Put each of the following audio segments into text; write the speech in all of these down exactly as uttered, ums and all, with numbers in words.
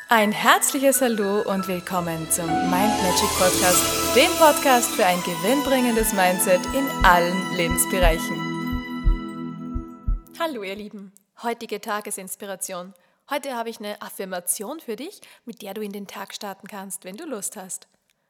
Ein herzliches Hallo und willkommen zum Mind Magic Podcast, dem Podcast für ein gewinnbringendes Mindset in allen Lebensbereichen. Hallo ihr Lieben, heutige Tagesinspiration. Heute habe ich eine Affirmation für dich, mit der du in den Tag starten kannst, wenn du Lust hast.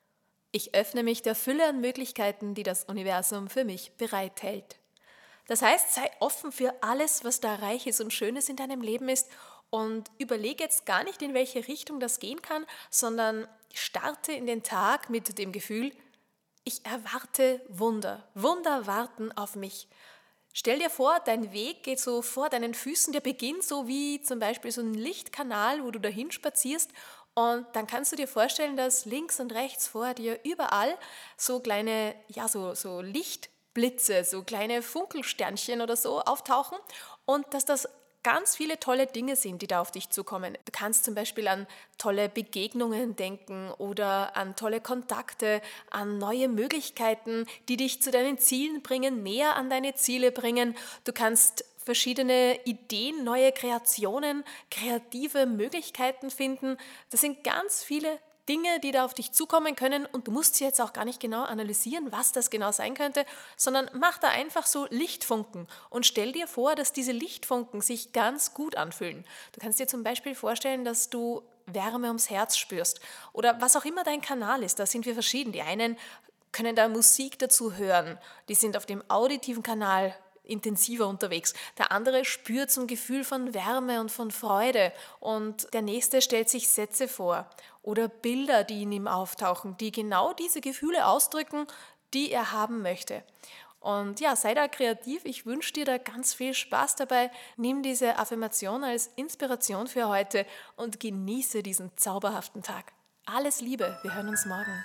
Ich öffne mich der Fülle an Möglichkeiten, die das Universum für mich bereithält. Das heißt, sei offen für alles, was da Reiches und Schönes in deinem Leben ist und überlege jetzt gar nicht, in welche Richtung das gehen kann, sondern starte in den Tag mit dem Gefühl, ich erwarte Wunder. Wunder warten auf mich. Stell dir vor, dein Weg geht so vor deinen Füßen, der beginnt so wie zum Beispiel so ein Lichtkanal, wo du dahin spazierst. Und dann kannst du dir vorstellen, dass links und rechts vor dir überall so kleine, ja, so, so Lichtblitze, so kleine Funkelsternchen oder so auftauchen und dass das ganz viele tolle Dinge sind, die da auf dich zukommen. Du kannst zum Beispiel an tolle Begegnungen denken oder an tolle Kontakte, an neue Möglichkeiten, die dich zu deinen Zielen bringen, näher an deine Ziele bringen. Du kannst verschiedene Ideen, neue Kreationen, kreative Möglichkeiten finden. Das sind ganz viele Dinge, die da auf dich zukommen können und du musst sie jetzt auch gar nicht genau analysieren, was das genau sein könnte, sondern mach da einfach so Lichtfunken und stell dir vor, dass diese Lichtfunken sich ganz gut anfühlen. Du kannst dir zum Beispiel vorstellen, dass du Wärme ums Herz spürst oder was auch immer dein Kanal ist, da sind wir verschieden. Die einen können da Musik dazu hören, die sind auf dem auditiven Kanal intensiver unterwegs. Der andere spürt so ein Gefühl von Wärme und von Freude und der nächste stellt sich Sätze vor oder Bilder, die in ihm auftauchen, die genau diese Gefühle ausdrücken, die er haben möchte. Und ja, sei da kreativ. Ich wünsche dir da ganz viel Spaß dabei. Nimm diese Affirmation als Inspiration für heute und genieße diesen zauberhaften Tag. Alles Liebe, wir hören uns morgen.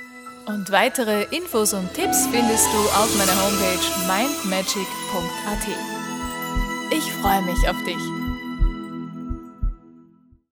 Und weitere Infos und Tipps findest du auf meiner Homepage mind magic punkt a t. Ich freue mich auf dich.